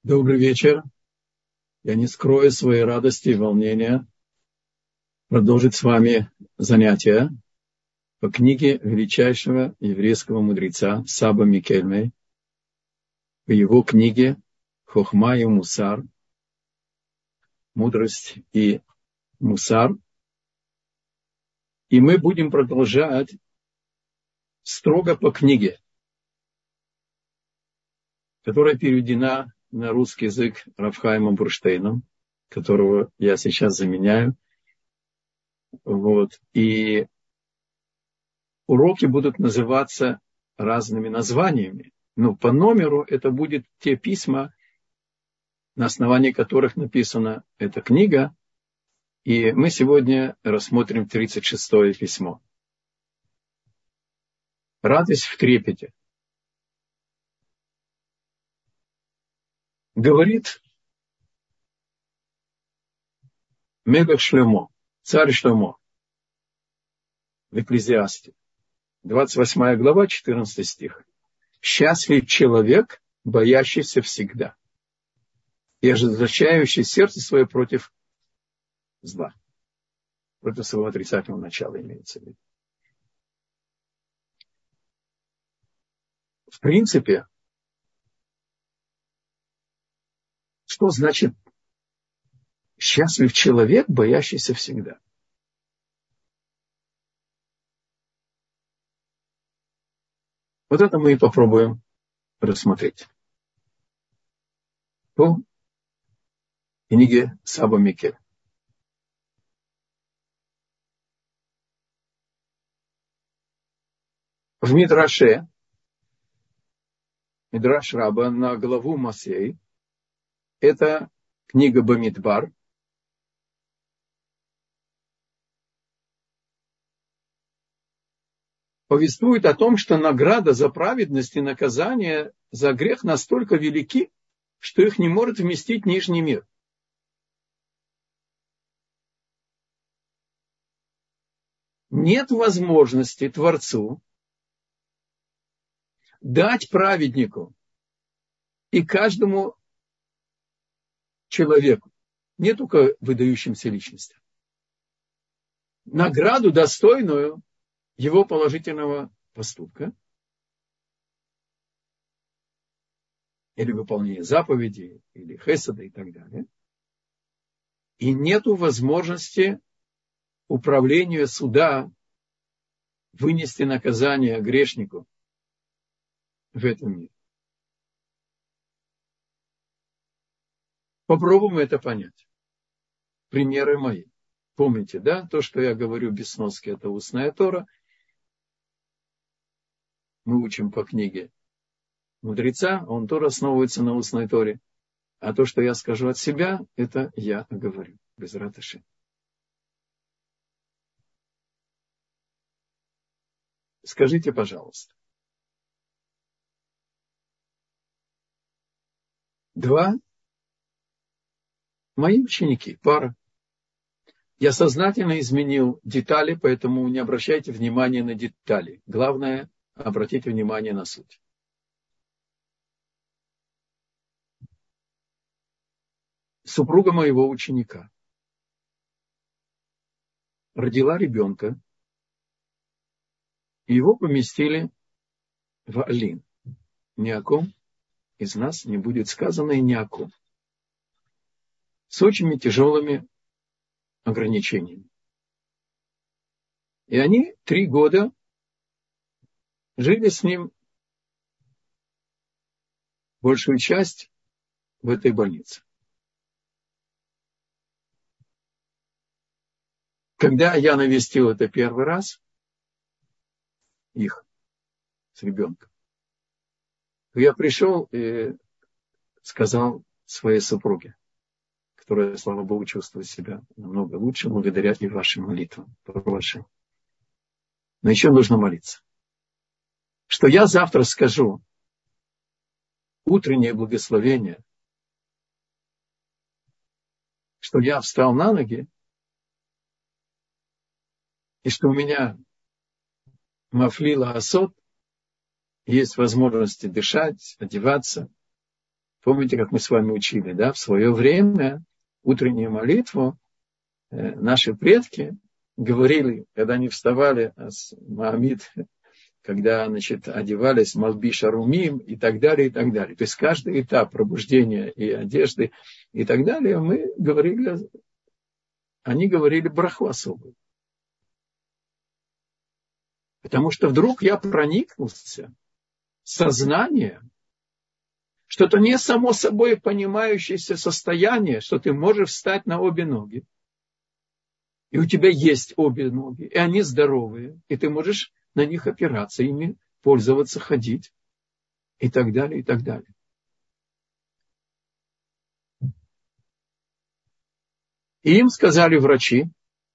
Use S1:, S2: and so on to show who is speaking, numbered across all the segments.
S1: Добрый вечер. Я не скрою своей радости и волнения продолжить с вами занятия по книге величайшего еврейского мудреца Саба Микельме, по его книге «Хохма и Мусар», «Мудрость и Мусар». И мы будем продолжать строго по книге, которая переведена на русский язык Рав Хаимом Бурштейном, которого я сейчас заменяю. И уроки будут называться разными названиями. Но по номеру это будут те письма, на основании которых написана эта книга. И мы сегодня рассмотрим 36-е письмо. Радость в трепете. Говорит Мелех Шломо, царь Шломо, в Экклезиасте, 28 глава, 14 стих. «Счастлив человек, боящийся всегда, и ожесточающий сердце свое против зла». Против своего отрицательного начала имеется в виду. В принципе, что значит счастлив человек, боящийся всегда? Вот это мы и попробуем рассмотреть. По книге Саба Микель. В Мидраше, Мидраш Раба на главу Масей, это книга Бамидбар, повествует о том, что награда за праведность и наказание за грех настолько велики, что их не может вместить нижний мир. Нет возможности Творцу дать праведнику и каждому человеку, не только выдающимся личностям, награду, достойную его положительного поступка или выполнения заповедей, или хесада и так далее. И нету возможности управлению суда вынести наказание грешнику в этом мире. Попробуем это понять. Примеры мои. Помните, да, то, что я говорю без сноски, это устная Тора. Мы учим по книге мудреца, он тоже основывается на устной Торе. А то, что я скажу от себя, это я говорю. Безрат Ашем. Скажите, пожалуйста. Два мои ученики, пара. Я сознательно изменил детали, поэтому не обращайте внимания на детали. Главное, обратите внимание на суть. Супруга моего ученика родила ребенка, и его поместили в Алин. Ни о ком из нас не будет сказано и ни о ком. С очень тяжелыми ограничениями. И они 3 года жили с ним большую часть в этой больнице. Когда я навестил это первый раз, их с ребенком, то я пришел и сказал своей супруге, которая, слава Богу, чувствует себя намного лучше благодаря и вашим молитвам. Но еще нужно молиться. Что я завтра скажу утреннее благословение, что я встал на ноги, и что у меня мафлила асот, есть возможности дышать, одеваться, Помните, как мы с вами учили, да? В свое время утреннюю молитву наши предки говорили, когда они вставали с Маамид, когда, значит, одевались Малбиш Арумим и так далее, и так далее. То есть каждый этап пробуждения и одежды и так далее, они говорили браху особую. Потому что вдруг я проникнулся сознанием, что это не само собой понимающееся состояние, что ты можешь встать на обе ноги, и у тебя есть обе ноги, и они здоровые, и ты можешь на них опираться, ими пользоваться, ходить, и так далее, и так далее. И им сказали врачи,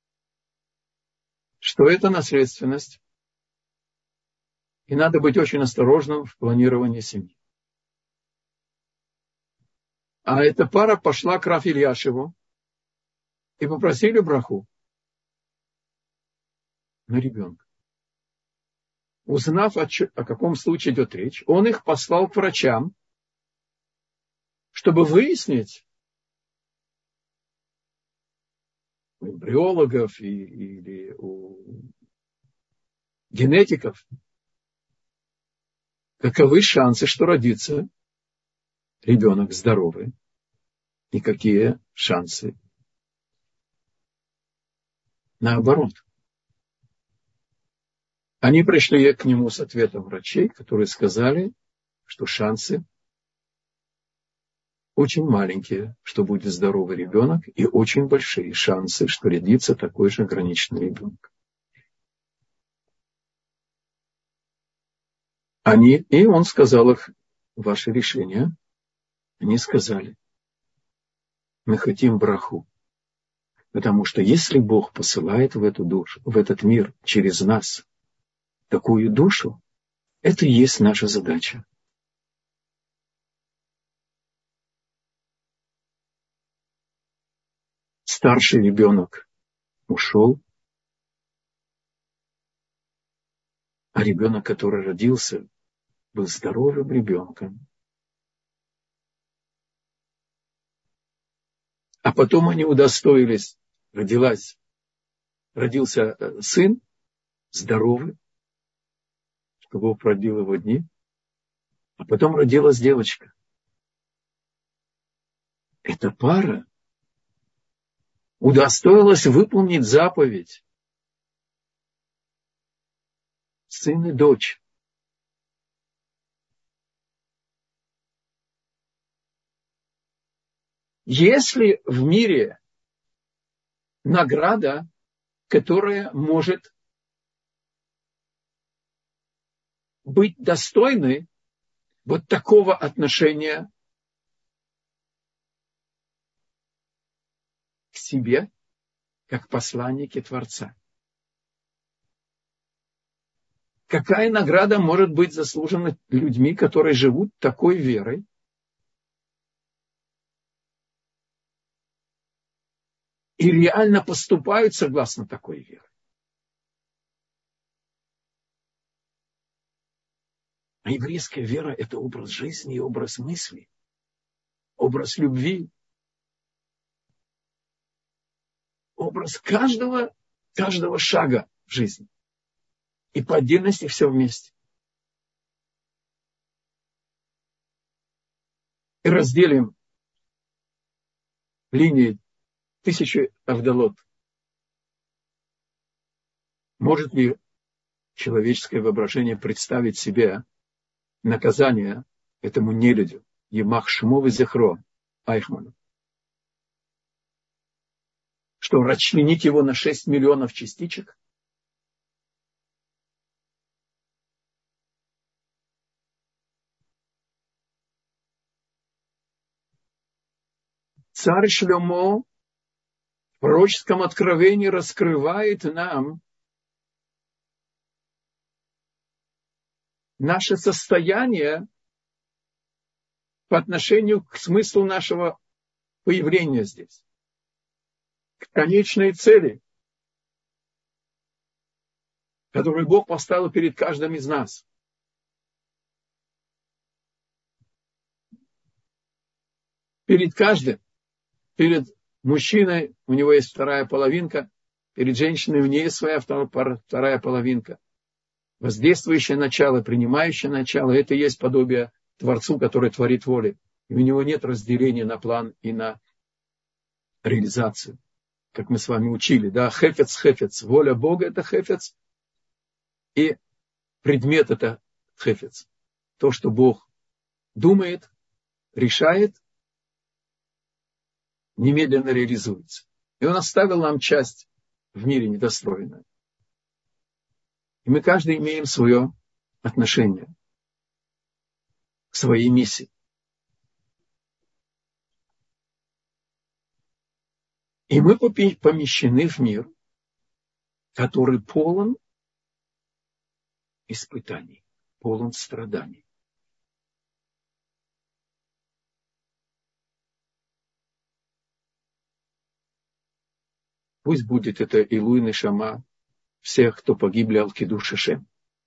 S1: что это наследственность, и надо быть очень осторожным в планировании семьи. А эта пара пошла к Рав Ильяшеву и попросили браху на ребенка. Узнав, о каком случае идет речь, он их послал к врачам, чтобы выяснить у эмбриологов или у генетиков, каковы шансы, что родится ребенок здоровый, и какие шансы наоборот. Они пришли к нему с ответом врачей, которые сказали, что шансы очень маленькие, что будет здоровый ребенок, и очень большие шансы, что родится такой же ограниченный ребенок. И он сказал их, ваше решение. Они сказали, мы хотим браху. Потому что если Бог посылает в эту душу, в этот мир через нас такую душу, это и есть наша задача. Старший ребенок ушел, а ребенок, который родился, был здоровым ребенком. А потом они удостоились, родился сын, здоровый, что Бог продлил его дни, а потом родилась девочка. Эта пара удостоилась выполнить заповедь сын и дочь. Если в мире награда, которая может быть достойной вот такого отношения к себе, как посланники Творца. Какая награда может быть заслужена людьми, которые живут такой верой? И реально поступают согласно такой вере. А еврейская вера – это образ жизни и образ мысли, образ любви, образ каждого шага в жизни. И по отдельности все вместе. И разделим линии 1000 Авдалот. Может ли человеческое воображение представить себе наказание этому нелюдю, Емах Шмо ве-Зехро Айхману, что расчленить его на 6 миллионов частичек? Царь Шломо в пророческом откровении раскрывает нам наше состояние по отношению к смыслу нашего появления здесь, к конечной цели, которую Бог поставил перед каждым из нас. Перед каждым, перед мужчиной у него есть вторая половинка, перед женщиной у нее есть своя вторая половинка. Воздействующее начало, принимающее начало, это и есть подобие Творцу, который творит воли. И у него нет разделения на план и на реализацию. Как мы с вами учили, да, хефец. Воля Бога – это хефец, и предмет – это хефец. То, что Бог думает, решает, немедленно реализуется. И Он оставил нам часть в мире недостроенную. И мы каждый имеем свое отношение к своей миссии. И мы помещены в мир, который полон испытаний, полон страданий. Пусть будет это Илуй Нешама всех, кто погибли Ал-Кидуш Ашем.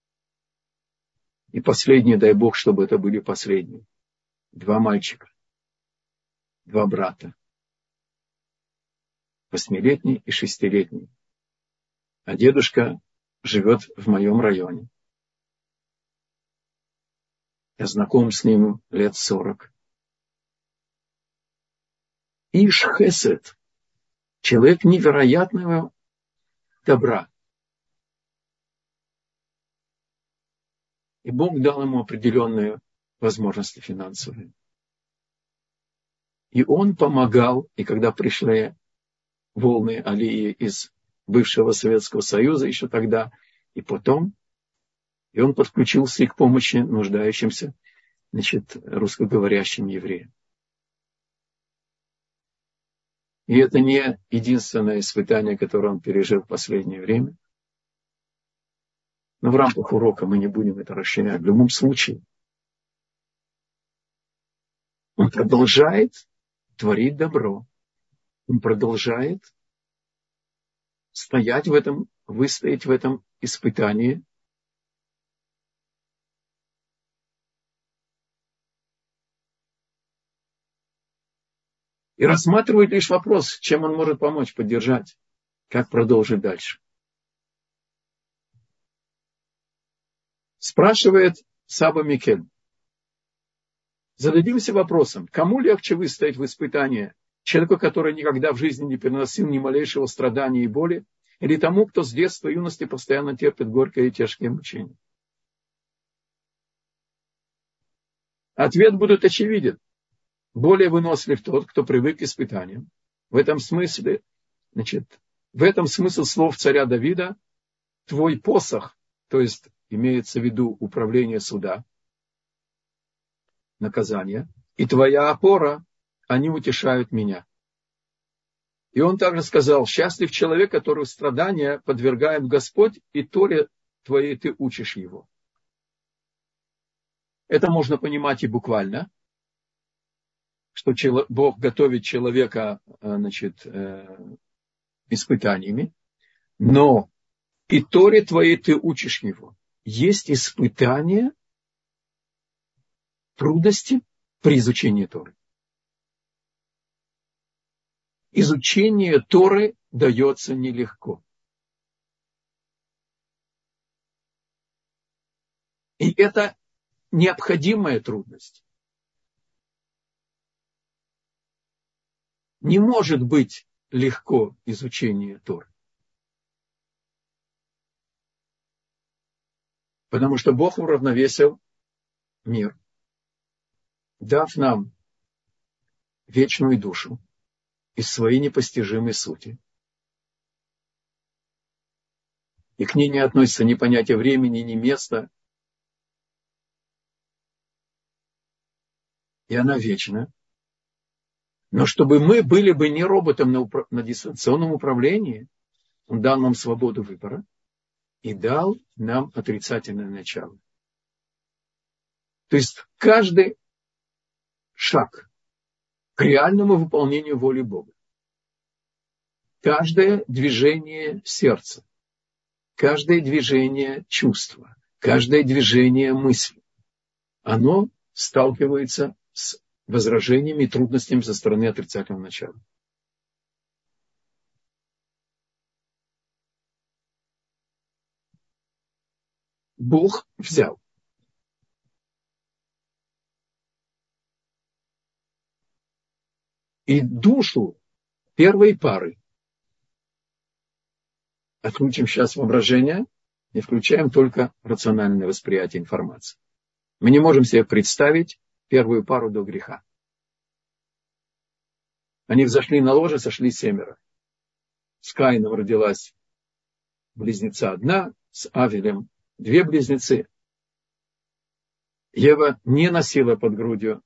S1: И последние, дай Бог, чтобы это были последние. 2 мальчика, 2 брата. 8-летний и 6-летний. А дедушка живет в моем районе. Я знаком с ним лет 40. Иш Хесед. Человек невероятного добра. И Бог дал ему определенные возможности финансовые. И он помогал, и когда пришли волны алии из бывшего Советского Союза еще тогда, и потом, и он подключился и к помощи нуждающимся, русскоговорящим евреям. И это не единственное испытание, которое он пережил в последнее время. Но в рамках урока мы не будем это расширять. В любом случае, он продолжает творить добро. Он продолжает стоять в этом, выстоять в этом испытании. И рассматривает лишь вопрос, чем он может помочь, поддержать, как продолжить дальше. Спрашивает Саба Микель. Зададимся вопросом, кому легче выстоять в испытании? Человеку, который никогда в жизни не переносил ни малейшего страдания и боли, или тому, кто с детства и юности постоянно терпит горькое и тяжкие мучения? Ответ будет очевиден. Более вынослив тот, кто привык к испытаниям. В этом смысл слов царя Давида: твой посох, то есть имеется в виду управление суда, наказание, и твоя опора, они утешают меня. И он также сказал: счастлив человек, который страдания подвергает Господь, и Торе твоей ты учишь его. Это можно понимать и буквально, что Бог готовит человека испытаниями, но и Торе твоей ты учишь его. Есть испытания, трудности при изучении Торы. Изучение Торы дается нелегко. И это необходимая трудность. Не может быть легко изучение Торы. Потому что Бог уравновесил мир, дав нам вечную душу из своей непостижимой сути. И к ней не относится ни понятие времени, ни места. И она вечна. Но чтобы мы были бы не роботом на дистанционном управлении, Он дал нам свободу выбора и дал нам отрицательное начало. То есть каждый шаг к реальному выполнению воли Бога, каждое движение сердца, каждое движение чувства, каждое движение мысли, оно сталкивается с возражениями и трудностями со стороны отрицательного начала. Бог взял и душу первой пары. Отключим сейчас воображение и включаем только рациональное восприятие информации. Мы не можем себе представить первую пару до греха. Они взошли на ложе, сошли 7. С Каином родилась близнеца одна, с Авелем 2 близнецы. Ева не носила под грудью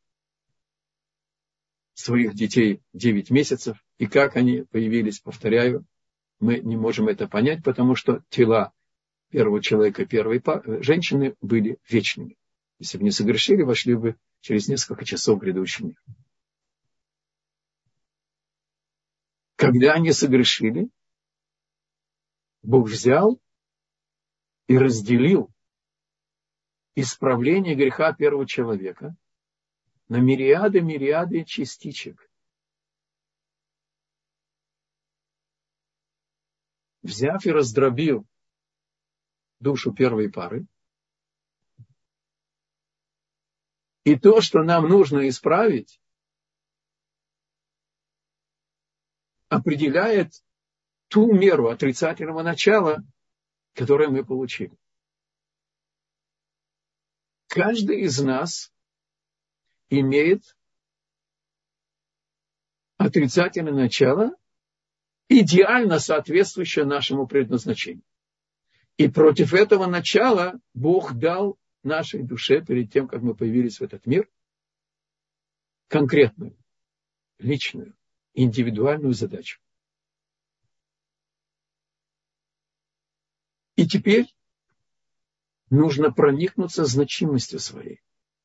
S1: своих детей 9 месяцев. И как они появились, повторяю, мы не можем это понять, потому что тела первого человека и первой женщины были вечными. Если бы не согрешили, вошли бы через несколько часов в грядущий мир. Когда они согрешили, Бог взял и разделил исправление греха первого человека на мириады частичек. Взяв и раздробил душу первой пары, и то, что нам нужно исправить, определяет ту меру отрицательного начала, которое мы получили. Каждый из нас имеет отрицательное начало, идеально соответствующее нашему предназначению. И против этого начала Бог дал нашей душе, перед тем, как мы появились в этот мир, конкретную, личную, индивидуальную задачу. И теперь нужно проникнуться значимостью своей.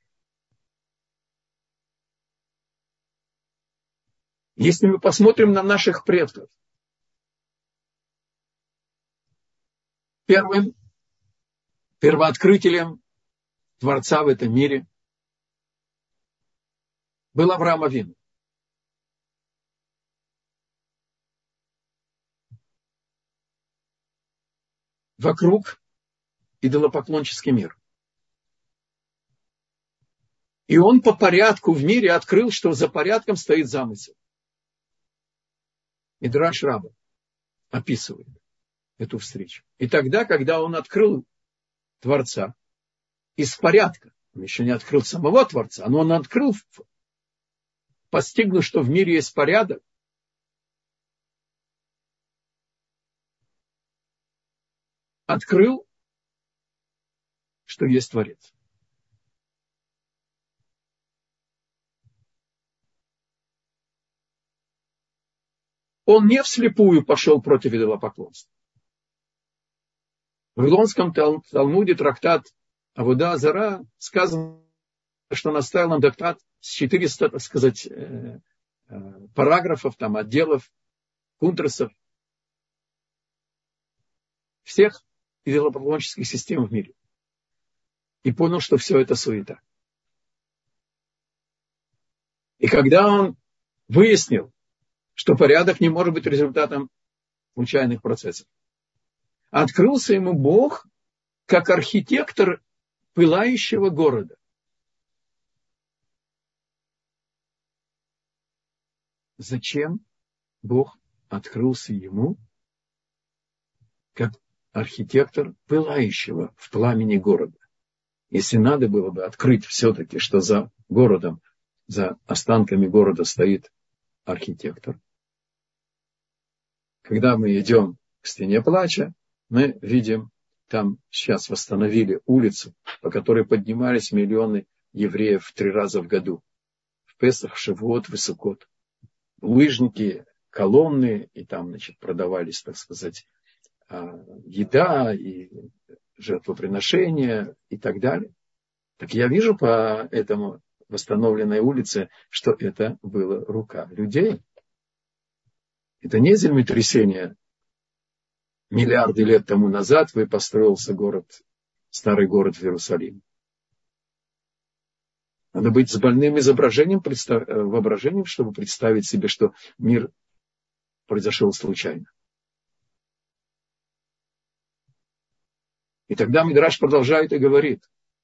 S1: Если мы посмотрим на наших предков, первооткрытием Творца в этом мире был Авраам Авину. Вокруг идолопоклонческий мир. И он по порядку в мире открыл, что за порядком стоит замысел. Мидраш Раба описывает эту встречу. И тогда, когда он открыл Творца из порядка, он еще не открыл самого Творца, но он открыл, постигнув, что в мире есть порядок, открыл, что есть Творец. Он не вслепую пошел против идолопоклонства. В Вавилонском Талмуде трактат Авода Зара сказано, что наставил нам трактат с 400, так сказать, параграфов, там, отделов, кунтрасов, всех идолопоклоннических систем в мире. И понял, что все это суета. И когда он выяснил, что порядок не может быть результатом случайных процессов, открылся ему Бог как архитектор пылающего города. Зачем Бог открылся ему как архитектор пылающего в пламени города? Если надо было бы открыть все-таки, что за городом, за останками города стоит архитектор. Когда мы идем к стене плача, мы видим, там сейчас восстановили улицу, по которой поднимались миллионы евреев 3 раза в году. В Песах, Шавуот, в Суккот. Лыжники, колонны, и там, значит, продавались, так сказать, еда и жертвоприношения и так далее. Так я вижу по этому восстановленной улице, что это была рука людей. Это не землетрясение. Миллиарды лет тому назад построился город, старый город в Иерусалиме. Надо быть с больным изображением, воображением, чтобы представить себе, что мир произошел случайно. И тогда Мидраш продолжает и говорит.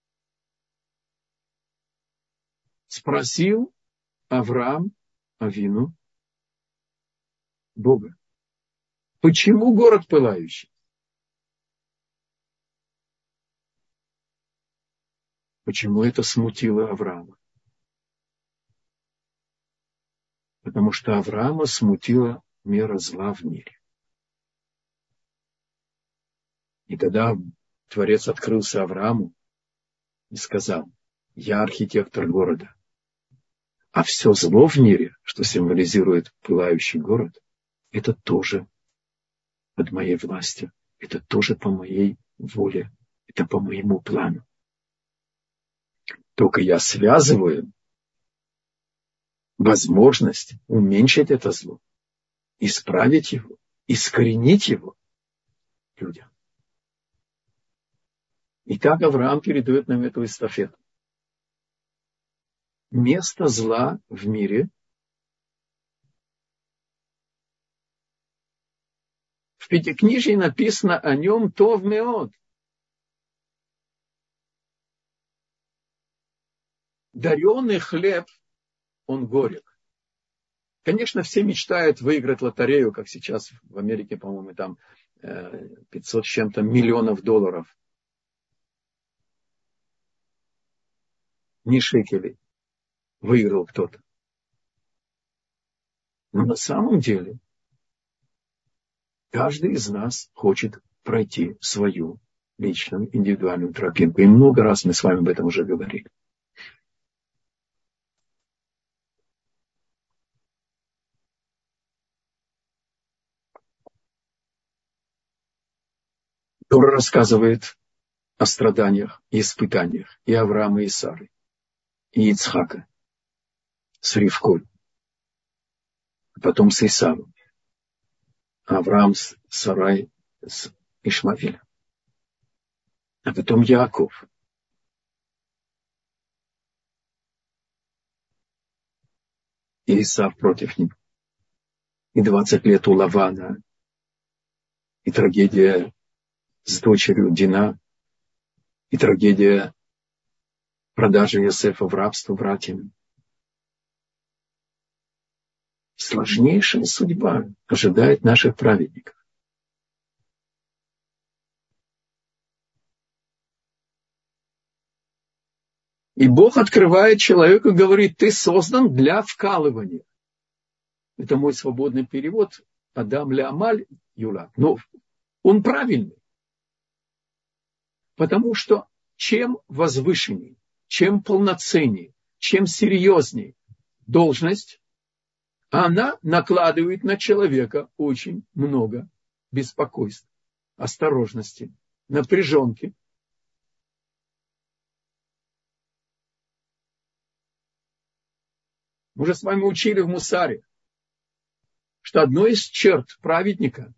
S1: Спросил Авраам Авину Бога. Почему город пылающий? Почему это смутило Авраама? Потому что Авраама смутила мера зла в мире. И тогда Творец открылся Аврааму и сказал: я архитектор города. А все зло в мире, что символизирует пылающий город, это тоже под моей властью. Это тоже по моей воле. Это по моему плану. Только я связываю возможность уменьшить это зло, исправить его, искоренить его людям. И так Авраам передает нам эту эстафету. Место зла в мире в Пятикнижии написано о нем тов меод. Дареный хлеб, он горек. Конечно, все мечтают выиграть лотерею, как сейчас в Америке, по-моему, там 500 с чем-то миллионов долларов. Не шекелей. Выиграл кто-то. Но на самом деле каждый из нас хочет пройти свою личную, индивидуальную тропинку. И много раз мы с вами об этом уже говорили. Тора рассказывает о страданиях и испытаниях и Авраама, и Сары, и Ицхака с Ривкой, а потом с Исавом, Авраам с Сарай с Ишмавелем, а потом Яаков. И Исав против них. И 20 лет у Лавана, и трагедия с дочерью Дина, и трагедия продажи Йосефа в рабство братьям. Сложнейшая судьба ожидает наших праведников. И Бог открывает человеку и говорит: ты создан для вкалывания. Это мой свободный перевод. Адам леамаль юла. Но он правильный. Потому что чем возвышеннее, чем полноценнее, чем серьезнее должность, она накладывает на человека очень много беспокойств, осторожности, напряженки. Мы уже с вами учили в Мусаре, что одной из черт праведника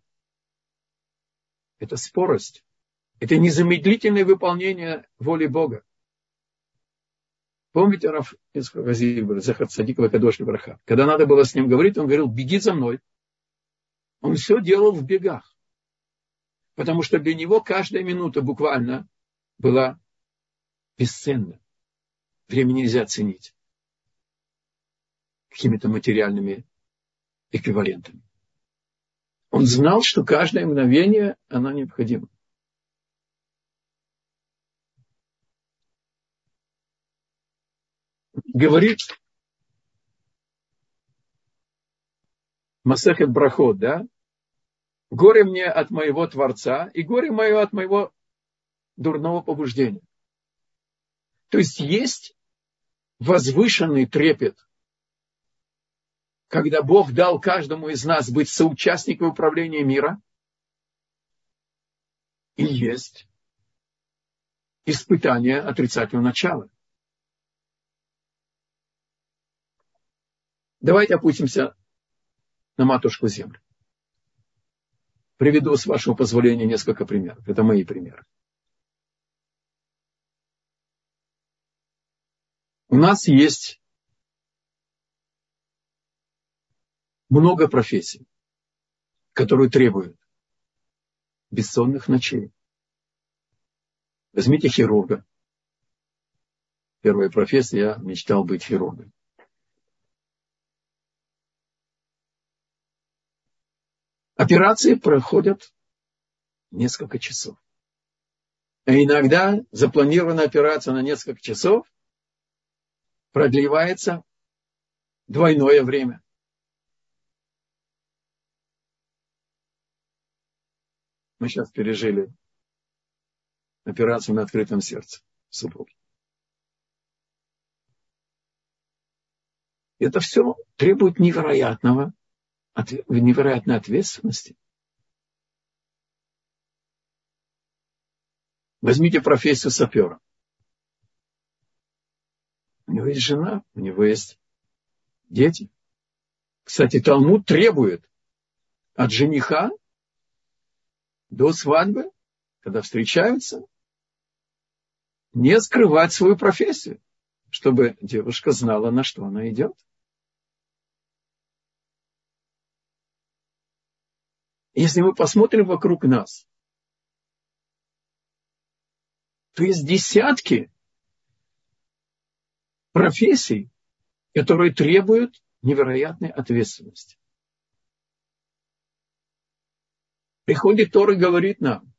S1: – это скорость, это незамедлительное выполнение воли Бога. Помните, Рав Ицхак Азибер, Зехар Цадик Вакадош Левраха? Когда надо было с ним говорить, он говорил: беги за мной. Он все делал в бегах. Потому что для него каждая минута буквально была бесценна. Время нельзя ценить какими-то материальными эквивалентами. Он знал, что каждое мгновение оно необходимо. Говорит Масехет Брахот, да? Горе мне от моего Творца, и горе мое от моего дурного побуждения. То есть возвышенный трепет, когда Бог дал каждому из нас быть соучастником управления мира, и есть испытание отрицательного начала. Давайте опустимся на матушку землю. Приведу, с вашего позволения, несколько примеров. Это мои примеры. У нас есть много профессий, которые требуют бессонных ночей. Возьмите хирурга. Первая профессия, я мечтал быть хирургом. Операции проходят несколько часов. А иногда запланированная операция на несколько часов продлевается двойное время. Мы сейчас пережили операцию на открытом сердце супруги. Это все требует невероятной ответственности. Возьмите профессию сапера. У него есть жена, у него есть дети. Кстати, Талмуд требует от жениха до свадьбы, когда встречаются, не скрывать свою профессию, чтобы девушка знала, на что она идет. Если мы посмотрим вокруг нас, то есть десятки профессий, которые требуют невероятной ответственности. Приходит Тора и говорит нам,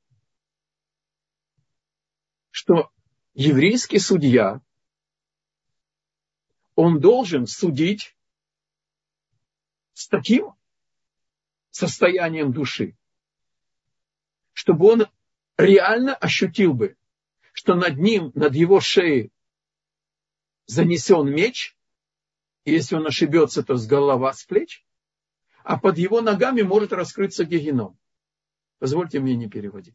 S1: что еврейский судья, он должен судить с таким состоянием души, чтобы он реально ощутил бы, что над ним, над его шеей занесен меч, и если он ошибется, то с голова, с плеч, а под его ногами может раскрыться гегенном. Позвольте мне не переводить.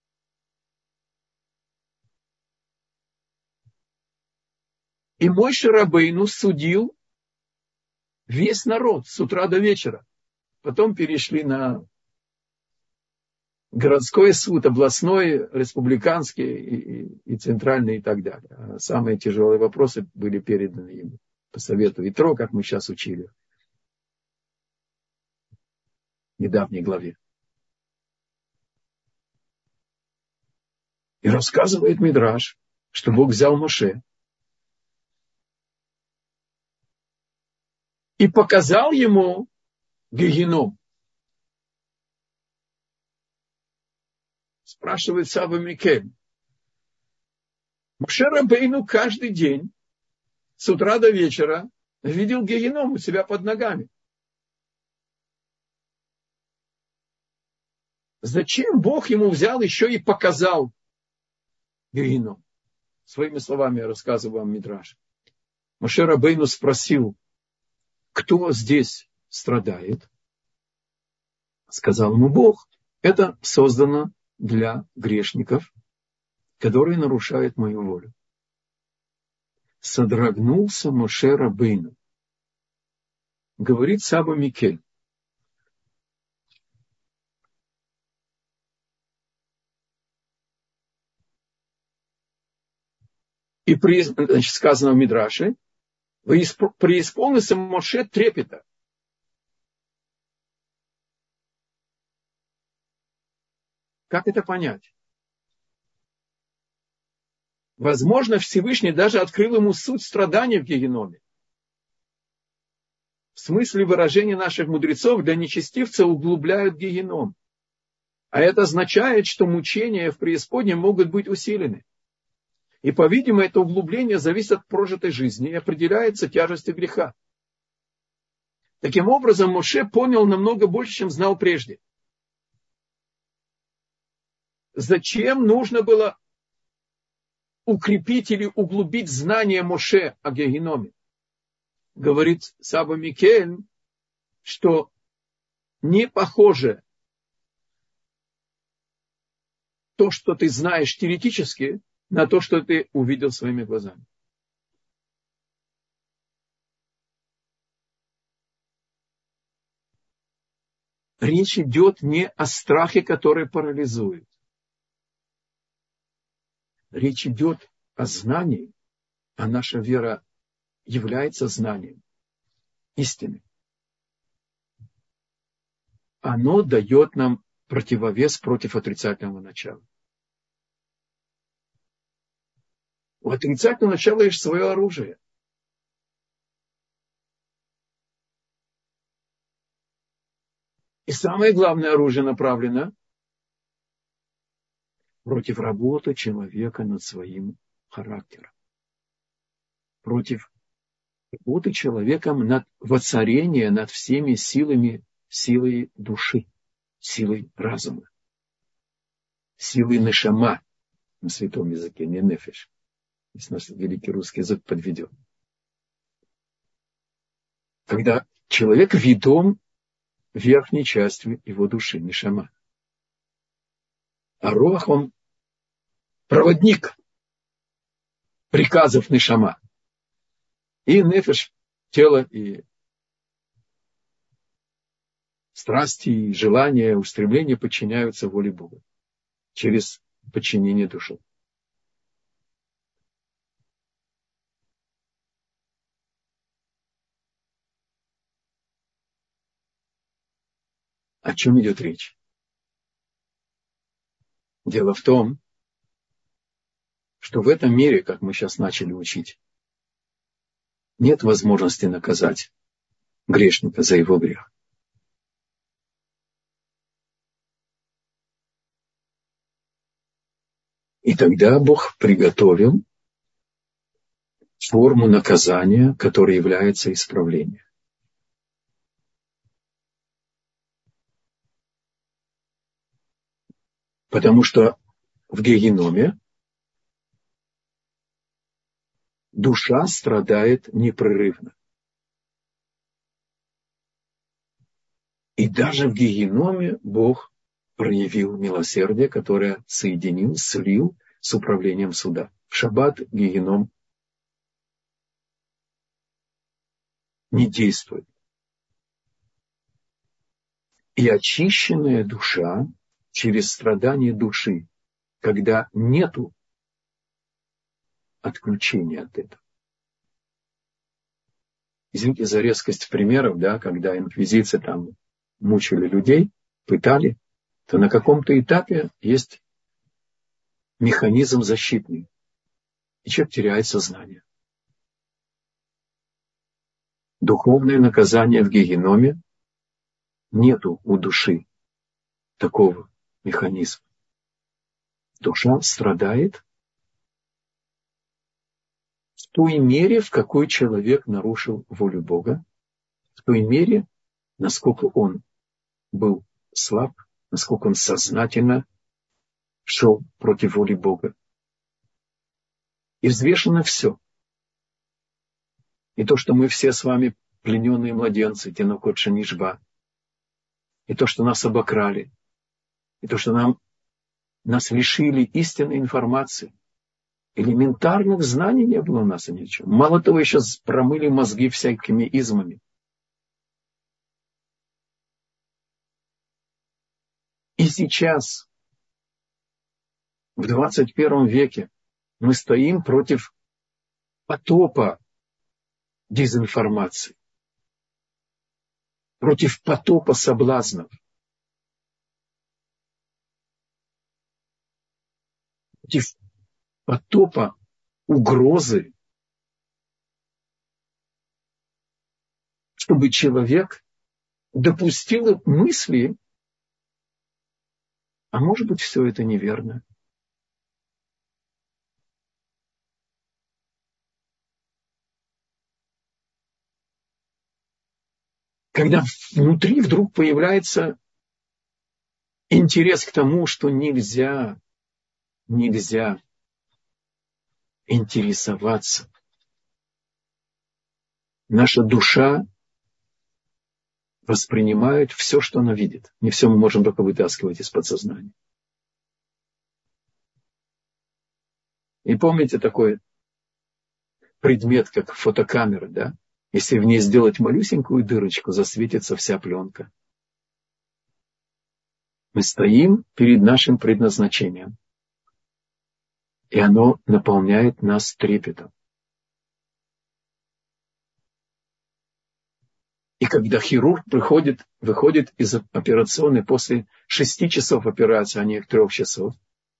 S1: И Моше Рабейну судил весь народ с утра до вечера. Потом перешли на городской суд, областной, республиканский и центральный и так далее. А самые тяжелые вопросы были переданы ему по совету Итро, как мы сейчас учили в недавней главе. И рассказывает Мидраш, что Бог взял Моше и показал ему гегенном. Спрашивает Саба Микель. Моше Рабейну каждый день с утра до вечера видел гегенном у себя под ногами. Зачем Бог ему взял еще и показал гегенном? Своими словами я рассказываю вам Мидраш. Моше Рабейну спросил, кто здесь страдает? Сказал ему Бог, это создано для грешников, которые нарушают мою волю. Содрогнулся Моше Рабейну. Говорит Саба Микель. И значит, сказано в Мидраше, преисполнился Моше трепета. Как это понять? Возможно, Всевышний даже открыл ему суть страданий в гегенноме. В смысле выражения наших мудрецов, для нечестивца углубляют гегенном. А это означает, что мучения в преисподней могут быть усилены. И, по-видимому, это углубление зависит от прожитой жизни и определяется тяжестью греха. Таким образом, Моше понял намного больше, чем знал прежде. Зачем нужно было укрепить или углубить знание Моше о гегенноме? Говорит Саба Микель, что не похоже то, что ты знаешь теоретически, на то, что ты увидел своими глазами. Речь идет не о страхе, который парализует. Речь идет о знании, а наша вера является знанием истины. Оно дает нам противовес против отрицательного начала. У отрицательного начала есть свое оружие. И самое главное оружие направлено против работы человека над своим характером. Против работы человека над воцарением над всеми силой души, силой разума, силой нешама на святом языке, не нефеш. Если наш великий русский язык подведен. Когда человек ведом верхней частью его души, нешама. А руах, он проводник приказов нешама. И нефеш, тело, и страсти, и желания, устремления подчиняются воле Бога через подчинение души. О чем идет речь? Дело в том, что в этом мире, как мы сейчас начали учить, нет возможности наказать грешника за его грех. И тогда Бог приготовил форму наказания, которая является исправлением. Потому что в геноме душа страдает непрерывно. И даже в геноме Бог проявил милосердие, которое слил с управлением суда. В шаббат геном не действует. И очищенная душа через страдание души, когда нету отключения от этого. Извините за резкость примеров, да, когда инквизиция там мучили людей, пытали, то на каком-то этапе есть механизм защитный. И человек теряет сознание. Духовное наказание в геноме нету у души такого механизма. Душа страдает в той мере, в какой человек нарушил волю Бога, в той мере, насколько он был слаб, насколько он сознательно шел против воли Бога. И взвешено все. И то, что мы все с вами плененные младенцы, тенокот шенишба, и то, что нас обокрали, и то, что нас лишили истинной информации, элементарных знаний не было у нас и ничего. Мало того, еще промыли мозги всякими измами. И сейчас, в 21 веке, мы стоим против потопа дезинформации, против потопа соблазнов, против потопа угрозы, чтобы человек допустил мысли, а может быть, все это неверно. Когда внутри вдруг появляется интерес к тому, что нельзя интересоваться. Наша душа воспринимает все, что она видит. Не все мы можем только вытаскивать из подсознания. И помните такой предмет, как фотокамера, да? Если в ней сделать малюсенькую дырочку, засветится вся пленка. Мы стоим перед нашим предназначением. И оно наполняет нас трепетом. И когда хирург выходит из операционной после 6 часов операции, а не 3 часов,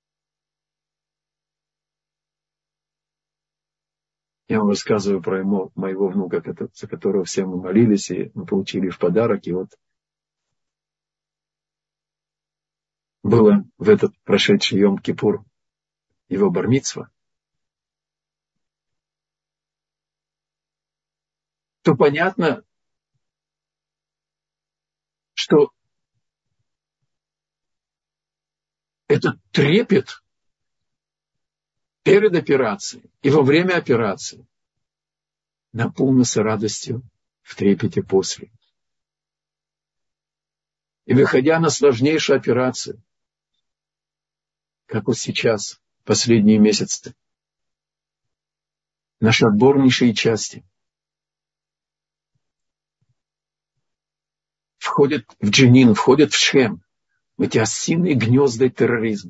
S1: я вам рассказываю про моего внука, за которого все мы молились, и мы получили в подарок. И вот было в этот прошедший Йом-Кипур его бар-мицва, то понятно, что этот трепет перед операцией и во время операции наполнился радостью в трепете после. И выходя на сложнейшую операцию, как вот сейчас, последние месяцы, наши отборнейшие части входят в Дженин, входят в Шхем, в эти осиные гнезда терроризма.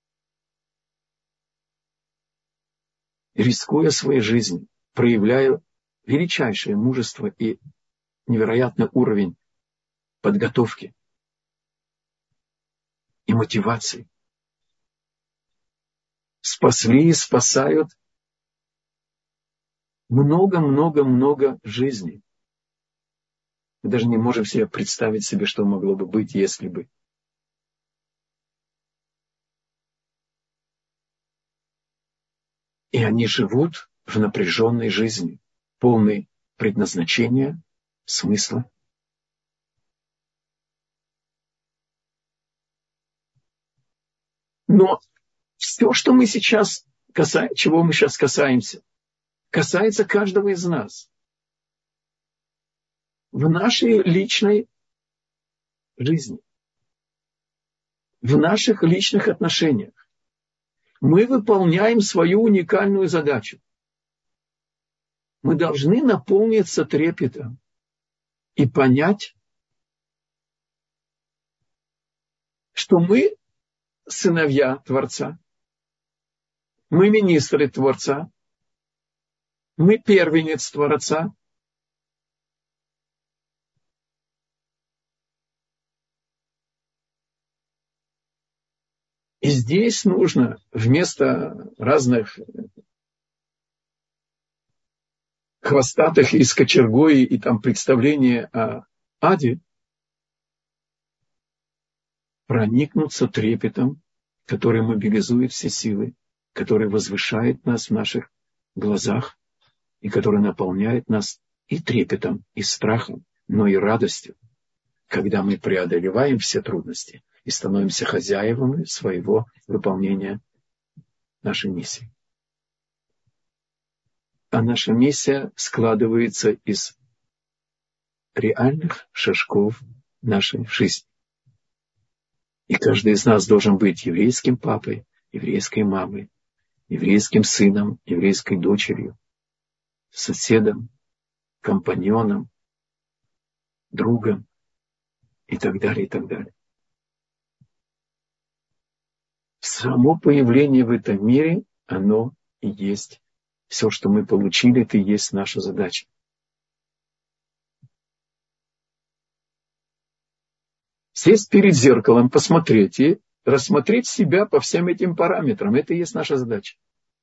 S1: И рискуя своей жизнью, проявляя величайшее мужество и невероятный уровень подготовки и мотивации, спасли и спасают много-много-много жизней. Мы даже не можем себе представить себе, что могло бы быть, если бы. И они живут в напряженной жизни, полной предназначения, смысла. Но все, что мы сейчас чего мы сейчас касаемся, касается каждого из нас. В нашей личной жизни, в наших личных отношениях. Мы выполняем свою уникальную задачу. Мы должны наполниться трепетом и понять, что мы сыновья Творца, мы министры Творца, мы первенец Творца. И здесь нужно вместо разных хвостатых из кочергой и там представления о аде проникнуться трепетом, который мобилизует все силы, который возвышает нас в наших глазах и который наполняет нас и трепетом, и страхом, но и радостью, когда мы преодолеваем все трудности и становимся хозяевами своего выполнения нашей миссии. А наша миссия складывается из реальных шажков нашей жизни. И каждый из нас должен быть еврейским папой, еврейской мамой, еврейским сыном, еврейской дочерью, соседом, компаньоном, другом и так далее, и так далее. Само появление в этом мире, оно и есть все, что мы получили, это и есть наша задача. Сесть перед зеркалом, посмотреть и рассмотреть себя по всем этим параметрам. Это и есть наша задача.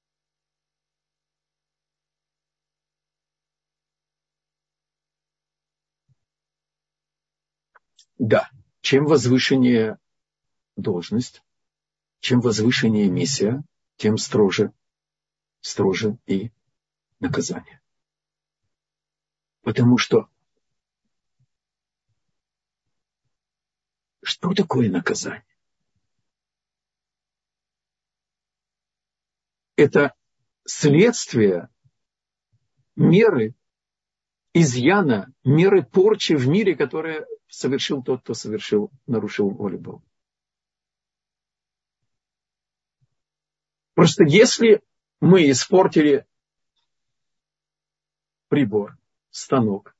S1: Да, чем возвышеннее должность, чем возвышеннее миссия, тем строже и наказание. Потому что такое наказание? Это следствие меры изъяна, меры порчи в мире, которое совершил тот, кто нарушил волю Бога. Просто если мы испортили прибор, станок,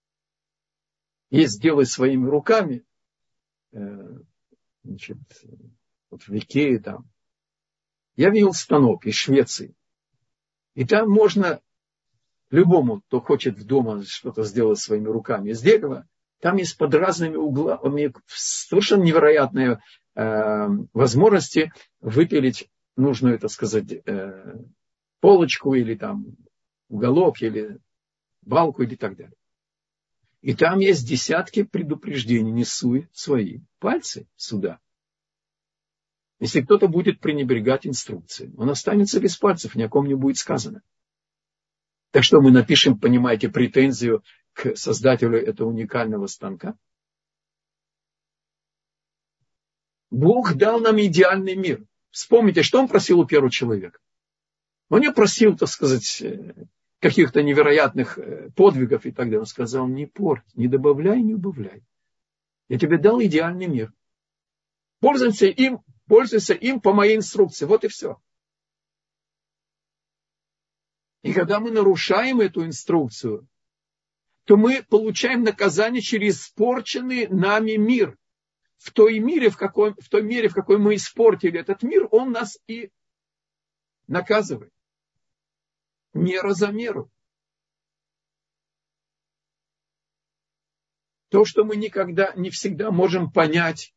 S1: и сделать своими руками, значит, вот в Икее там, я видел станок из Швеции, и там можно любому, кто хочет дома что-то сделать своими руками из дерева, там есть под разными углами совершенно невероятные возможности выпилить нужную, так сказать, полочку или там уголок, или балку, или так далее. И там есть десятки предупреждений. Не суй свои пальцы сюда. Если кто-то будет пренебрегать инструкцией, он останется без пальцев, ни о ком не будет сказано. Так что мы напишем, понимаете, претензию к создателю этого уникального станка? Бог дал нам идеальный мир. Вспомните, что он просил у первого человека? Он не просил, так сказать, каких-то невероятных подвигов и так далее. Он сказал, не порть, не добавляй, не убавляй. Я тебе дал идеальный мир. Пользуйся им по моей инструкции. Вот и все. И когда мы нарушаем эту инструкцию, то мы получаем наказание через испорченный нами мир. В той мере, в какой мы испортили этот мир, он нас и наказывает. Мера за меру. То, что мы никогда, не всегда можем понять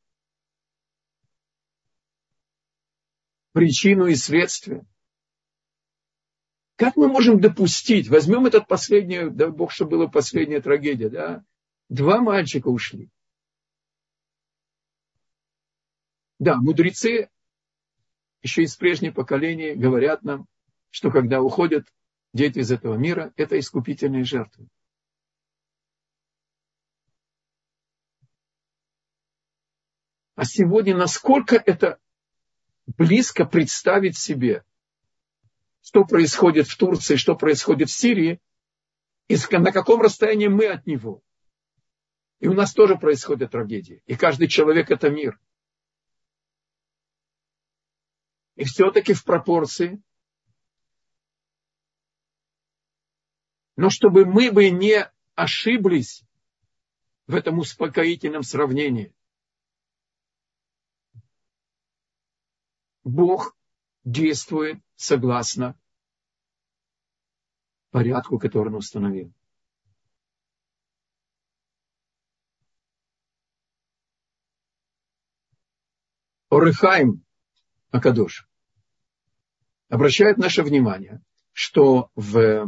S1: причину и следствие. Как мы можем допустить? Возьмем этот последний, дай Бог, что была последняя трагедия, да? 2 мальчика ушли. Да, мудрецы еще из прежнего поколения говорят нам, что когда уходят дети из этого мира, это искупительные жертвы. А сегодня насколько это близко представить себе, что происходит в Турции, что происходит в Сирии, и на каком расстоянии мы от него. И у нас тоже происходят трагедии. И каждый человек – это мир. И все-таки в пропорции. Но чтобы мы бы не ошиблись в этом успокоительном сравнении, Бог действует согласно порядку, который он установил. Орехаим Акадош обращает наше внимание, что в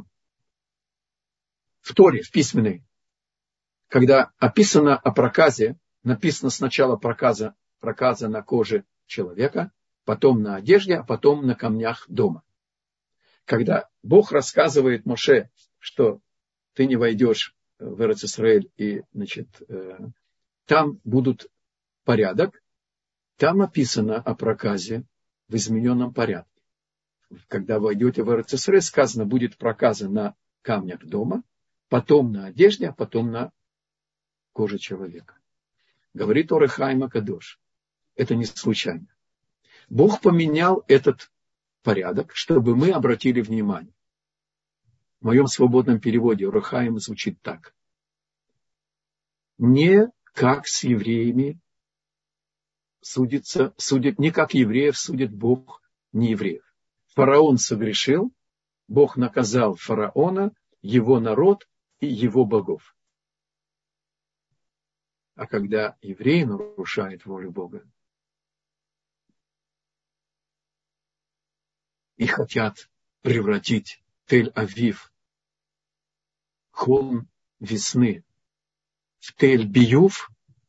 S1: Торе, в письменной, когда описано о проказе, написано сначала проказа на коже человека, потом на одежде, а потом на камнях дома. Когда Бог рассказывает Моше, что ты не войдешь в Эрец-Исраэль, и, значит, там будут порядок, там написано о проказе в измененном порядке. Когда войдете в Эрец-Исраэль, сказано, будет проказа на камнях дома, потом на одежде, а потом на коже человека. Говорит Орехаим Акадош. Это не случайно. Бог поменял этот порядок, чтобы мы обратили внимание. В моем свободном переводе Орехаим звучит так. Не как с евреями судит, не как евреев судит Бог не евреев. Фараон согрешил, Бог наказал фараона, его народ и его богов. А когда евреи нарушают волю Бога и хотят превратить Тель-Авив, холм весны, в Тель-Биюв,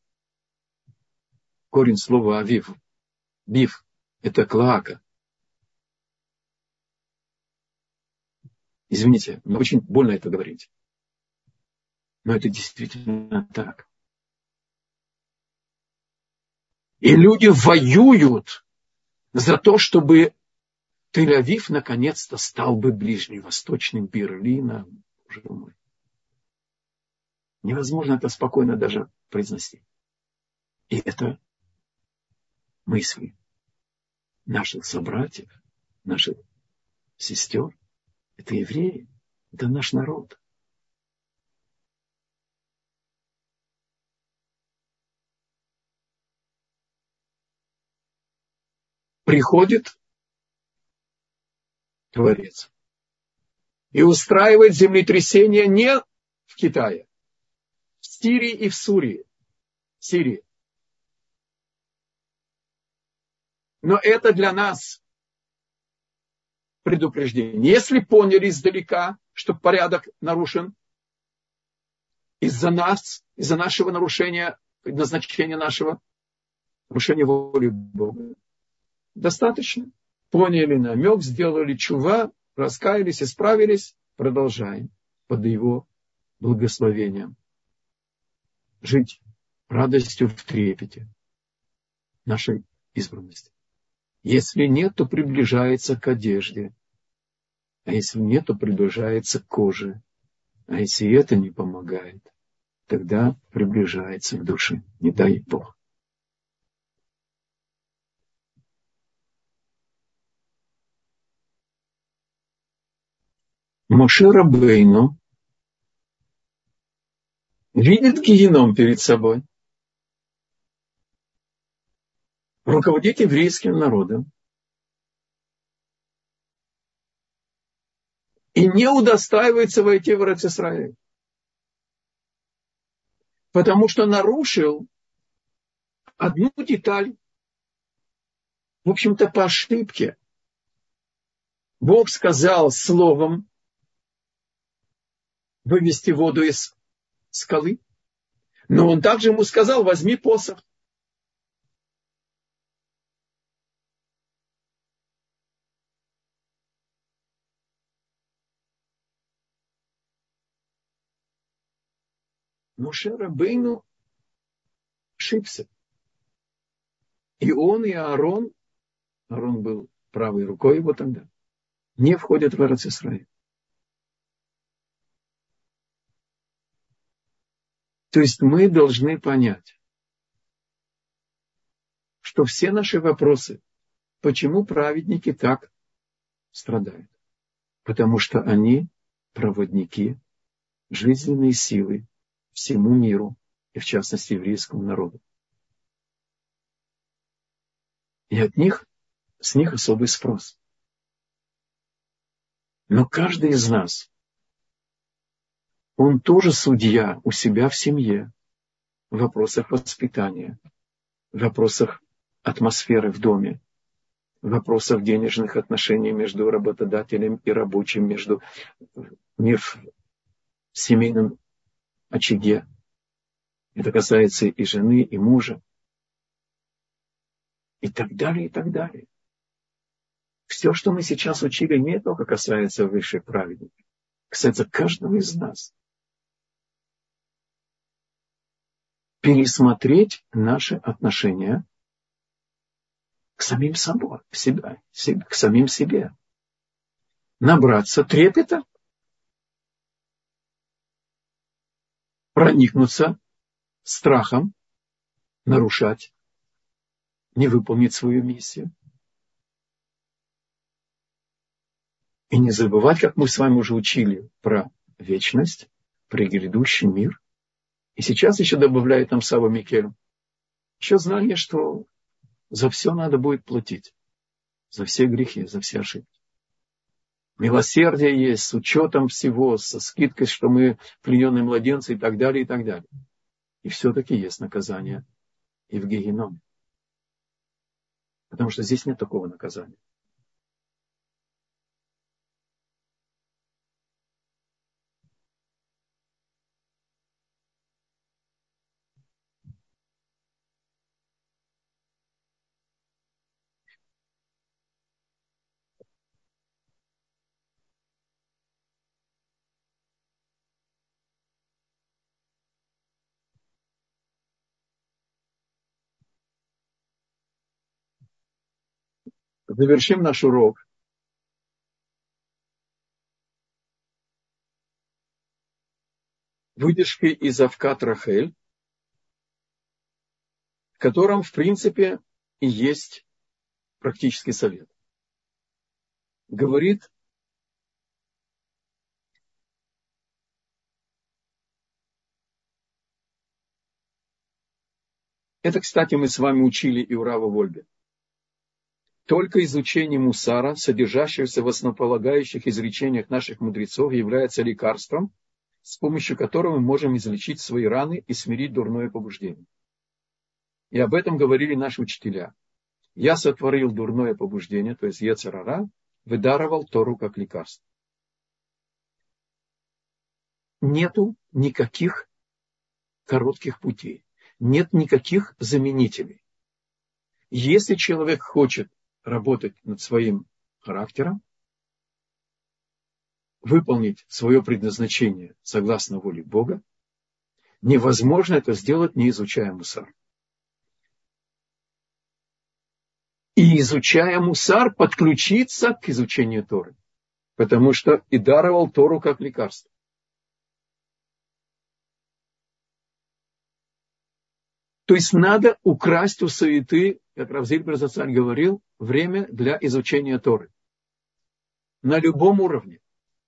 S1: корень слова Авив, Бив, это клоака. Извините, мне очень больно это говорить. Но это действительно так. И люди воюют за то, чтобы Тель-Авив наконец-то стал бы ближневосточным Берлином. Боже мой. Невозможно это спокойно даже произносить. И это мысли наших собратьев, наших сестер. Это евреи, это наш народ. Приходит Творец и устраивает землетрясения не в Китае, в Сирии и в Сирии. Но это для нас предупреждение. Если поняли издалека, что порядок нарушен из-за нас, из-за нашего нарушения, назначения нашего, нарушения воли Бога, достаточно. Поняли намек, сделали чува, раскаялись, исправились, продолжаем под его благословением жить радостью в трепете нашей избранности. Если нет, то приближается к одежде. А если нет, то приближается к коже. А если это не помогает, тогда приближается к душе. Не дай Бог. Моше Рабейну видит геном перед собой, руководит еврейским народом и не удостаивается войти в Эрец-Исраэль, потому что нарушил одну деталь, в общем-то, по ошибке. Бог сказал словом вывести воду из скалы, но он также ему сказал: возьми посох. Моше Рабейну ошибся. И он, и Аарон был правой рукой его тогда, не входят в Эрец-Исраэль. То есть мы должны понять, что все наши вопросы, почему праведники так страдают, потому что они проводники жизненной силы всему миру, и в частности еврейскому народу. И с них особый спрос. Но каждый из нас, он тоже судья у себя в семье, в вопросах воспитания, в вопросах атмосферы в доме, в вопросах денежных отношений между работодателем и рабочим, в семейном очаге. Это касается и жены, и мужа, и так далее, и так далее. Все, что мы сейчас учили, не только касается высших праведников, касается каждого из нас. Пересмотреть наши отношения к самим собой, к самим себе. Набраться трепета, проникнуться страхом, нарушать, не выполнить свою миссию. И не забывать, как мы с вами уже учили, про вечность, про грядущий мир. И сейчас еще добавляет нам Сава Микель еще знание, что за все надо будет платить. За все грехи, за все ошибки. Милосердие есть с учетом всего, со скидкой, что мы плененные младенцы и так далее, и так далее. И все-таки есть наказание и в геноме. Потому что здесь нет такого наказания. Завершим наш урок выдержкой из Авкат Рахель, в котором, в принципе, и есть практический совет. Говорит: это, кстати, мы с вами учили и у Рава Вольбе. Только изучение мусара, содержащегося в основополагающих изречениях наших мудрецов, является лекарством, с помощью которого мы можем излечить свои раны и смирить дурное побуждение. И об этом говорили наши учителя. Я сотворил дурное побуждение, то есть йецер ара, выдаровал Тору как лекарство. Нету никаких коротких путей. Нет никаких заменителей. Если человек хочет работать над своим характером, выполнить свое предназначение согласно воле Бога, невозможно это сделать, не изучая мусар. И изучая мусар, подключиться к изучению Торы. Потому что и даровал Тору как лекарство. То есть надо украсть у суеты, как Рав Зильбер Зацаль говорил, время для изучения Торы. На любом уровне.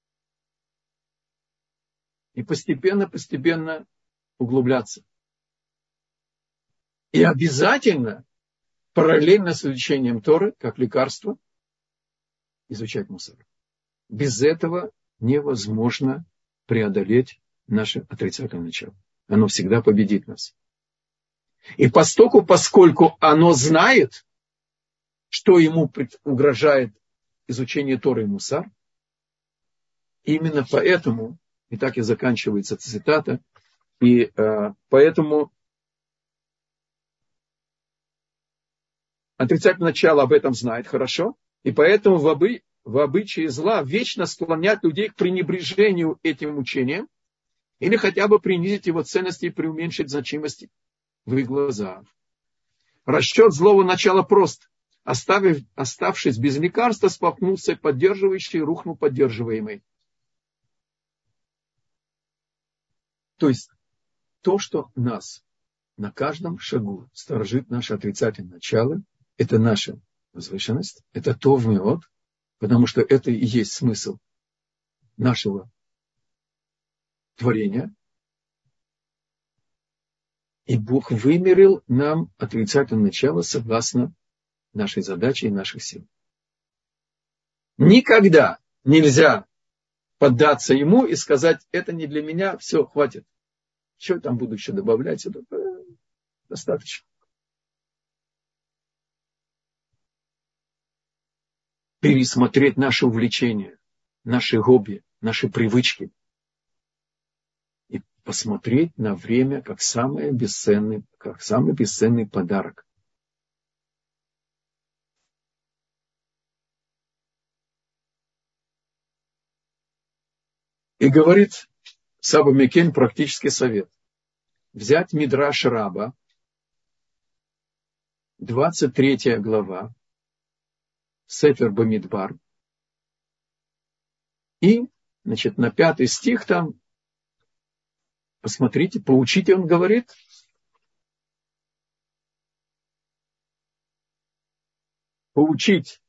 S1: И постепенно углубляться. И обязательно, параллельно с изучением Торы, как лекарство, изучать мусар. Без этого невозможно преодолеть наше отрицательное начало. Оно всегда победит нас. И поскольку оно знает, что ему угрожает изучение Торы и мусар, именно поэтому, и так и заканчивается цитата, и поэтому отрицательное начало об этом знает хорошо, и поэтому в обычае зла вечно склонять людей к пренебрежению этим учением или хотя бы принизить его ценности и преуменьшить значимость в их глазах. Расчет злого начала прост. Оставшись без лекарства, споткнулся поддерживающий, рухнул поддерживаемый. То есть то, что нас на каждом шагу сторожит наше отрицательное начало, это наша возвышенность, это тов меот, потому что это и есть смысл нашего творения. И Бог вымерил нам отрицательное начало согласно нашей задаче и наших сил. Никогда нельзя поддаться ему и сказать, это не для меня, все, хватит. Что я там буду еще добавлять? Это достаточно. Пересмотреть наши увлечения, наши хобби, наши привычки. И посмотреть на время как самый бесценный подарок. И говорит Саба Микен практический совет. Взять Мидраш Раба, 23 глава, Сефер Бамидбар, и, на 5 стих там, посмотрите, поучите, он говорит, поучить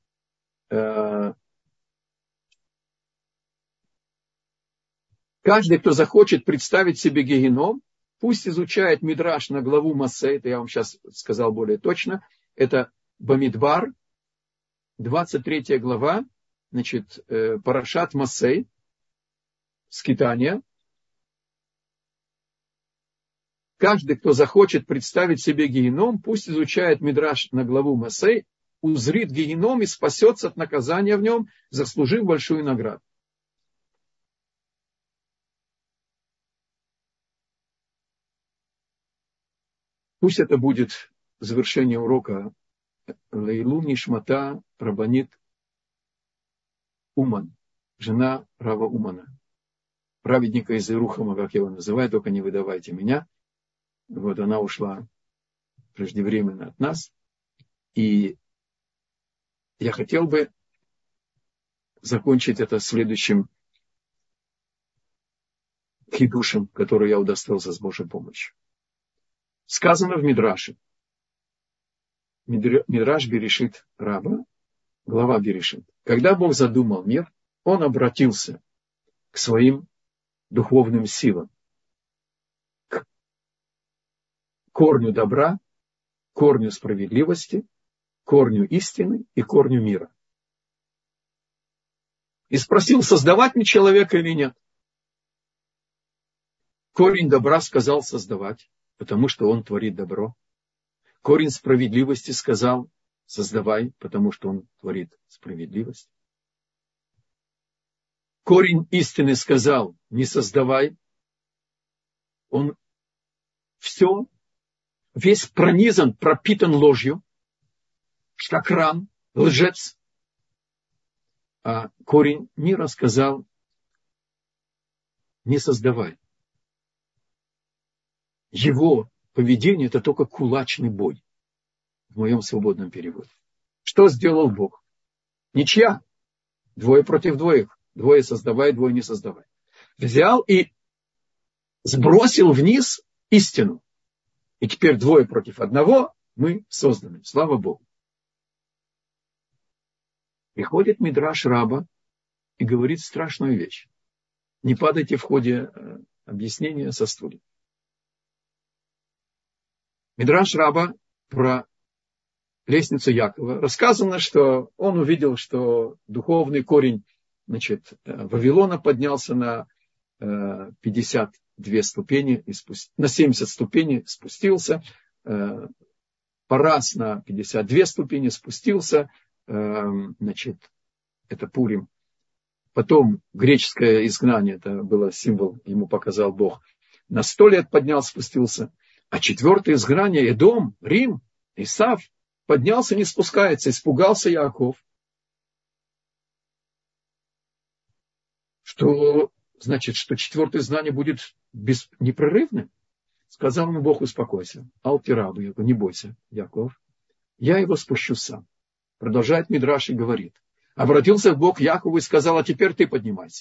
S1: каждый, кто захочет представить себе геном, пусть изучает Мидраш на главу Массе, это я вам сейчас сказал более точно, это Бамидбар, 23 глава, Парашат Массей, скитания. Каждый, кто захочет представить себе геном, пусть изучает Мидраш на главу Массей, узрит геном и спасется от наказания в нем, заслужив большую награду. Пусть это будет завершение урока Лейлу Нишмата Рабанит Уман, жена Рава Умана, праведника из Ирухама, как я его называю, только не выдавайте меня. Вот она ушла преждевременно от нас. И я хотел бы закончить это следующим хидушем, который я удостоился с Божьей помощью. Сказано в Мидраше. Мидраш Берешит Раба, глава Берешит. Когда Бог задумал мир, Он обратился к своим духовным силам, к корню добра, корню справедливости, корню истины и корню мира. И спросил, создавать мне человека или нет. Корень добра сказал создавать, потому что он творит добро. Корень справедливости сказал создавай, потому что он творит справедливость. Корень истины сказал не создавай. Он весь пронизан, пропитан ложью, шакран, лжец. А корень мира сказал не создавай. Его поведение – это только кулачный бой, в моем свободном переводе. Что сделал Бог? Ничья. 2 против 2. 2 создавай, 2 не создавай. Взял и сбросил вниз истину. И теперь 2 против 1 мы созданы. Слава Богу. Приходит Мидраш Раба и говорит страшную вещь. Не падайте в ходе объяснения со стулья. Мидраш Раба про лестницу Якова. Рассказано, что он увидел, что духовный корень, Вавилона поднялся на 52 ступени, на 70 ступеней спустился. Парас на 52 ступени спустился. Это Пурим. Потом греческое изгнание, это было символ, ему показал Бог. На 100 лет поднялся, спустился. А 4-е изгнание, Эдом, Рим, Исав, поднялся, не спускается, испугался Яаков. Что значит, что 4-е изгнание будет непрерывным? Сказал ему Бог, успокойся. Алтирабу, не бойся, Яаков. Я его спущу сам. Продолжает Мидраш и говорит. Обратился Бог к Яакову и сказал, а теперь ты поднимайся.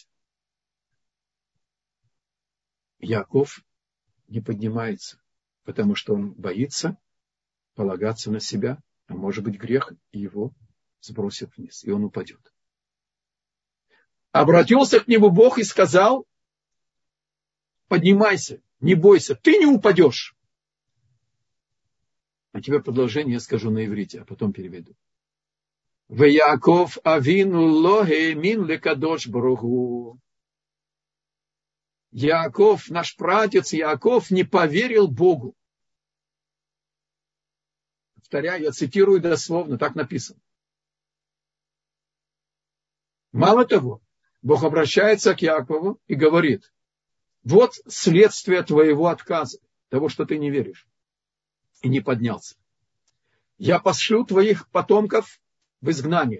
S1: Яаков не поднимается, потому что он боится полагаться на себя, а может быть грех, и его сбросит вниз, и он упадет. Обратился к нему Бог и сказал, поднимайся, не бойся, ты не упадешь. А теперь продолжение я скажу на иврите, а потом переведу. Веяков авину логе мин лекадош баруху. Яаков, наш прадед Яаков, не поверил Богу. Повторяю, я цитирую дословно, так написано. Мало того, Бог обращается к Яакову и говорит, вот следствие твоего отказа, того, что ты не веришь и не поднялся. Я пошлю твоих потомков в изгнание.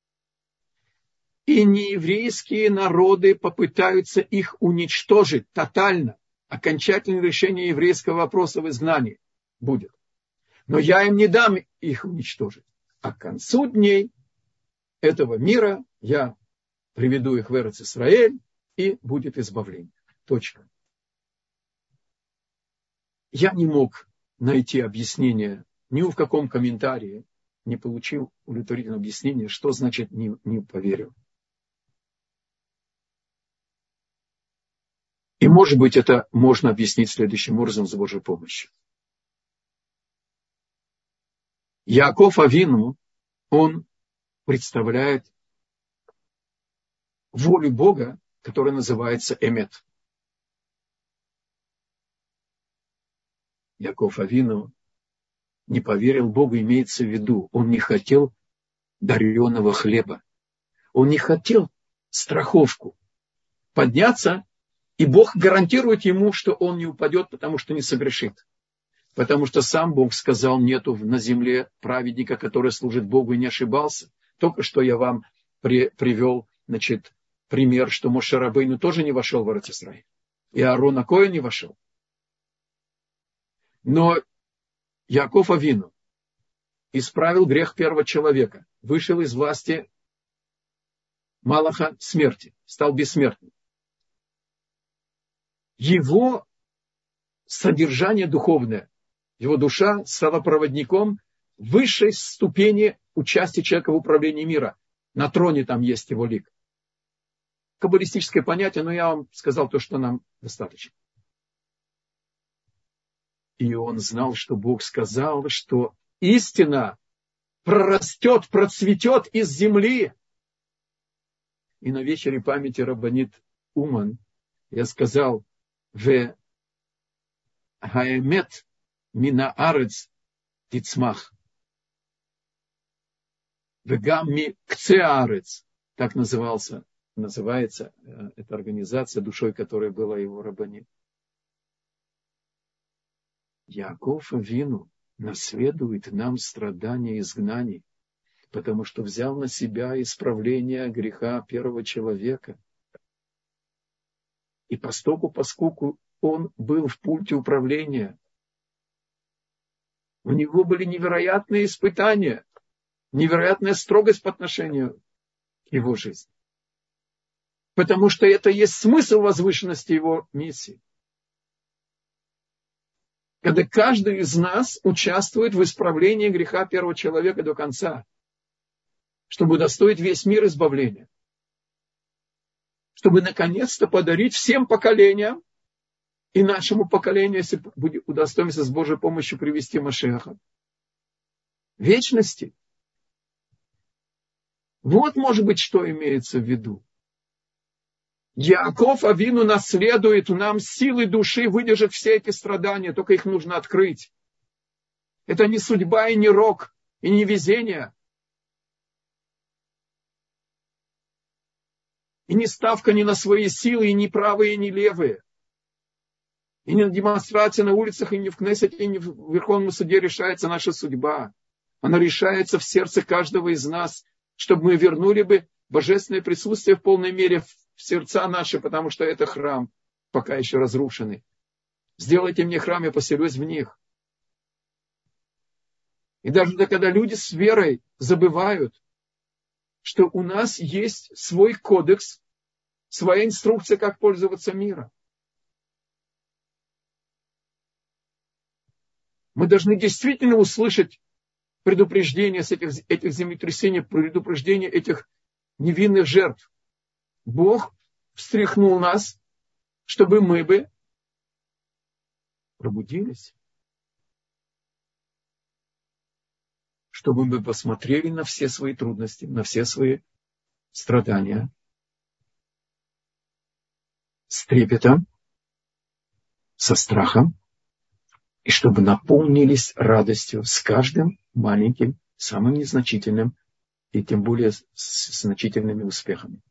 S1: И нееврейские народы попытаются их уничтожить тотально. Окончательное решение еврейского вопроса в изгнании будет. Но я им не дам их уничтожить. А к концу дней этого мира я приведу их в Эрец-Исраэль, и будет избавление. Точка. Я не мог найти объяснение, ни в каком комментарии не получил удовлетворительного объяснения, что значит не поверил. И, может быть, это можно объяснить следующим образом с Божьей помощью. Яаков Авину, он представляет волю Бога, которая называется Эмет. Яаков Авину не поверил Богу, имеется в виду, он не хотел дареного хлеба. Он не хотел страховку. Подняться, и Бог гарантирует ему, что он не упадет, потому что не согрешит. Потому что сам Бог сказал, нету на земле праведника, который служит Богу и не ошибался. Только что я вам привел, пример, что Моше Рабейну тоже не вошел в Эрец-Исраэль. И Аарон а-Коэн не вошел. Но Яаков Авину исправил грех первого человека, вышел из власти Малаха смерти, стал бессмертным. Его содержание духовное, его душа стала проводником высшей ступени участия человека в управлении мира. На троне там есть его лик. Каббалистическое понятие, но я вам сказал то, что нам достаточно. И он знал, что Бог сказал, что истина прорастет, процветет из земли. И на вечере памяти Рабанит Уман я сказал: «Ве хаэмет мина арец тицмах, вегам ми кце арец». Так называется эта организация, душой которой была его Рабанит. Яаков Авину наследует нам страдания и изгнаний, потому что взял на себя исправление греха первого человека. И поскольку он был в пульте управления, у него были невероятные испытания, невероятная строгость по отношению к его жизни. Потому что это есть смысл возвышенности его миссии. Когда каждый из нас участвует в исправлении греха первого человека до конца, чтобы удостоить весь мир избавления, чтобы наконец-то подарить всем поколениям и нашему поколению, если удостоимся с Божьей помощью привести Машиаха, вечности. Вот, может быть, что имеется в виду. Яаков Авину наследует нам силы души выдержать все эти страдания, только их нужно открыть. Это не судьба и не рок, и не везение. И не ставка ни на свои силы, и не правые, и не левые. И не на демонстрации на улицах, и не в Кнессете, и не в Верховном суде решается наша судьба. Она решается в сердце каждого из нас, чтобы мы вернули бы божественное присутствие в полной мере в сердца наши, потому что это храм, пока еще разрушенный. Сделайте мне храм, я поселюсь в них. И даже когда люди с верой забывают, что у нас есть свой кодекс, своя инструкция, как пользоваться миром. Мы должны действительно услышать предупреждение с этих землетрясений, предупреждение этих невинных жертв. Бог встряхнул нас, чтобы мы бы пробудились. Чтобы мы посмотрели на все свои трудности, на все свои страдания с трепетом, со страхом, и чтобы наполнились радостью с каждым маленьким, самым незначительным, и тем более с значительными успехами.